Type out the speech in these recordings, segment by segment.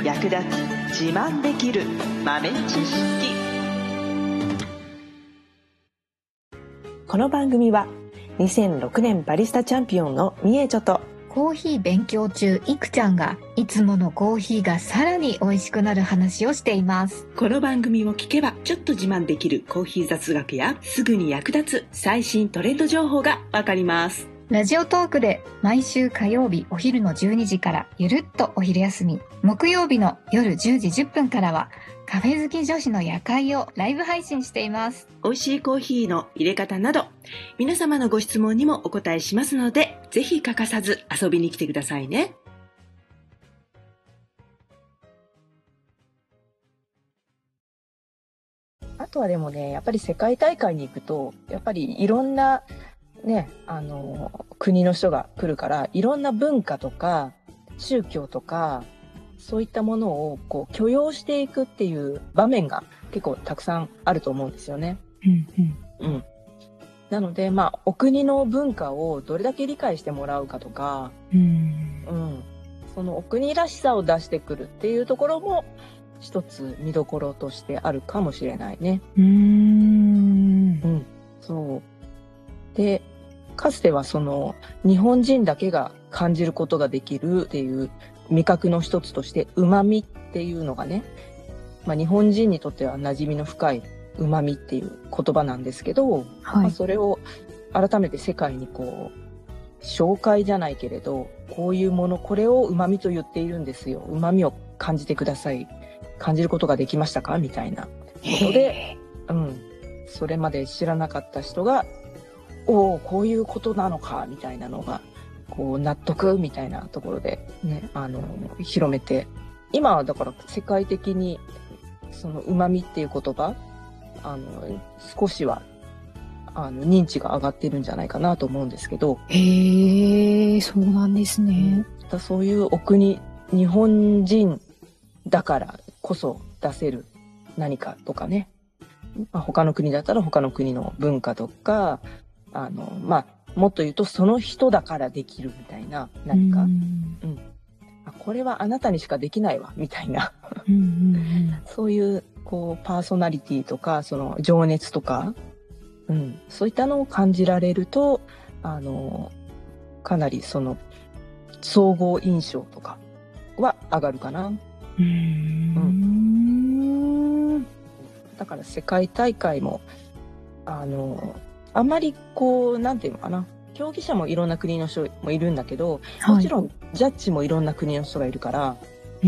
役立つ自慢できる豆知識。この番組は2006年バリスタチャンピオンのみえちょとコーヒー勉強中いくちゃんがいつものコーヒーがさらに美味しくなる話をしています。 この番組を聞けばちょっと自慢できるコーヒー雑学やすぐに役立つ最新トレンド情報がわかります。 ラジオトークで毎週火曜日お昼の12時からゆるっとお昼休み、木曜日の夜10時10分からはカフェ好き女子の夜会をライブ配信しています。 美味しいコーヒーの入れ方など皆様のご質問にもお答えしますので、ぜひ欠かさず遊びに来てくださいね。 あとはでもね、やっぱり世界大会に行くとやっぱりいろんなね、国の人が来るから、いろんな文化とか宗教とかそういったものをこう許容していくっていう場面が結構たくさんあると思うんですよね。なので、お国の文化をどれだけ理解してもらうかとか、そのお国らしさを出してくるっていうところも一つ見どころとしてあるかもしれないね。そうで、かつてはその日本人だけが感じることができるっていう味覚の一つとして旨味っていうのがね、日本人にとっては馴染みの深い旨味っていう言葉なんですけど、それを改めて世界にこう紹介じゃないけれど、こういうもの、これを旨味と言っているんですよ、旨味を感じてください、感じることができましたかみたいなことで、それまで知らなかった人がこういうことなのかみたいなのがこう納得みたいなところでね、広めて、今はだから世界的にその旨味っていう言葉少しは認知が上がってるんじゃないかなと思うんですけど。 そうなんですね。 そういうお国、日本人だからこそ出せる何かとかね、他の国だったら他の国の文化とか、もっと言うとその人だからできるみたいな何か、これはあなたにしかできないわみたいなそういうこうパーソナリティとかその情熱とか、そういったのを感じられるとかなりその総合印象とかは上がるかな。だから世界大会もあんまりこうなんていうのかな、競技者もいろんな国の人もいるんだけど、もちろんジャッジもいろんな国の人がいるから、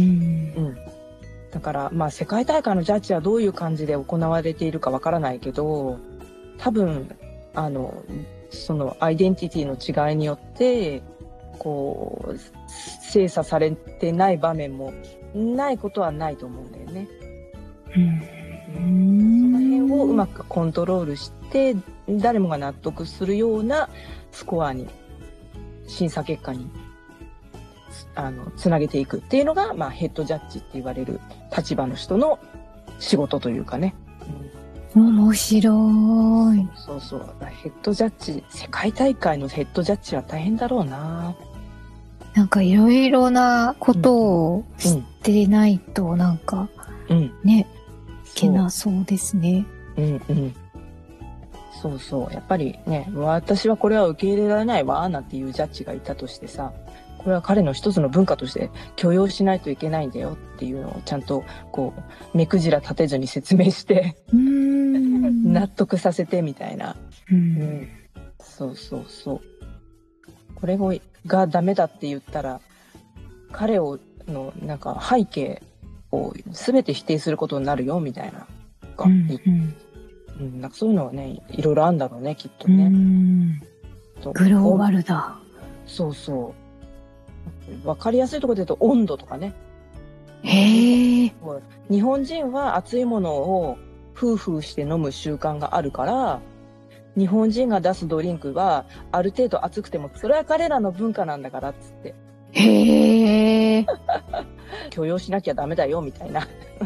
だから世界大会のジャッジはどういう感じで行われているかわからないけど、多分そのアイデンティティの違いによってこう精査されてない場面もないことはないと思うんだよね。その辺をうまくコントロールして誰もが納得するようなスコアに、審査結果につなげていくっていうのが、ヘッドジャッジって言われる立場の人の仕事というかね。 面白い。 そうヘッドジャッジ、世界大会のヘッドジャッジは大変だろうな。 なんかいろいろなことを知ってないとなんか、ね、いけなそうですね。 そうやっぱりね、私はこれは受け入れられないわなんていうジャッジがいたとしてさ、これは彼の一つの文化として許容しないといけないんだよっていうのをちゃんとこう目くじら立てずに説明して納得させてみたいな、そうこれがダメだって言ったら彼のなんか背景を全て否定することになるよみたいな、なんかそういうのはね、いろいろあるんだろうね、きっとね。 グローバルだ。 わかりやすいところで言うと温度とかね。日本人は熱いものをフーフーして飲む習慣があるから、日本人が出すドリンクはある程度熱くてもそれは彼らの文化なんだからっつって許容しなきゃダメだよみたいな。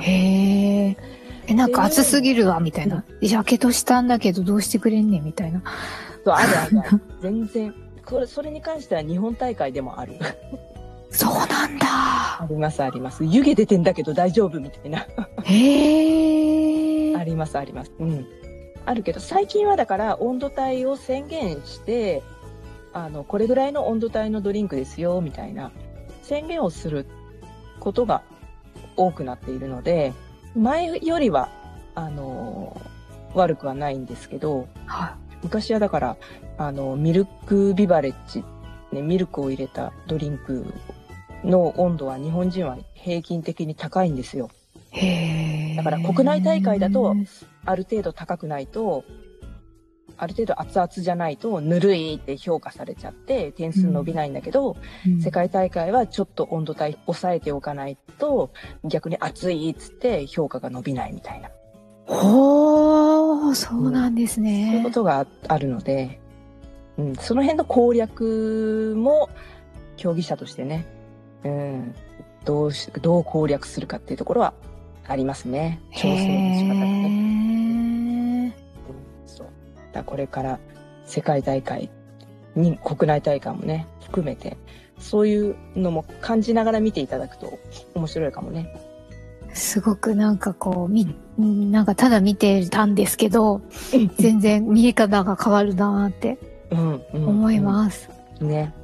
なんか熱すぎるわみたいな、やけどしたんだけどどうしてくれんねんみたいな。 そう、ある全然それに関しては日本大会でもある。 そうななんだ。 ありますあります。湯気出てんだけど大丈夫みたいな。 へえ。 ありますあります。うん。あるけど、最近はだから温度帯を宣言して、これぐらいの温度帯のドリンクですよ、みたいな宣言をすることが多くなっているので、前よりは、悪くはないんですけど、 は昔はだから、ミルクビバレッジ、ね、ミルクを入れたドリンクの温度は日本人は平均的に高いんですよ。 い。へえ。 だから国内大会だと、ある程度高くないと、ある程度熱々じゃないとぬるいって評価されちゃって点数伸びないんだけど、世界大会はちょっと温度帯抑えておかないと逆に熱いっつって評価が伸びないみたいな。 ほー、そうなんですね。 そういうことがあるので、その辺の攻略も競技者としてね、どう攻略するかっていうところはありますね。調整の仕方がね。そう。だからこれから世界大会に国内大会もね、含めて、そういうのも感じながら見ていただくと面白いかもね。 すごくなんかこう、なんかただ見てたんですけど、全然見え方が変わるなーって思います。 ね。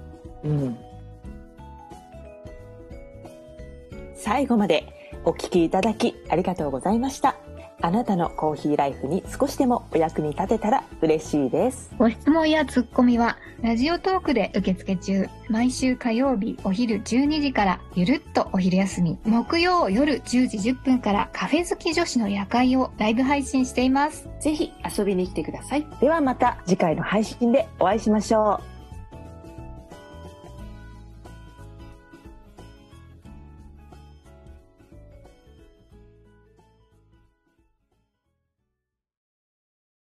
最後までお聞きいただきありがとうございました。あなたのコーヒーライフに少しでもお役に立てたら嬉しいです。 ご質問やツッコミはラジオトークで受付中。毎週火曜日お昼12時からゆるっとお昼休み、木曜夜10時10分からカフェ好き女子の夜会をライブ配信しています。 ぜひ遊びに来てください。ではまた次回の配信でお会いしましょう。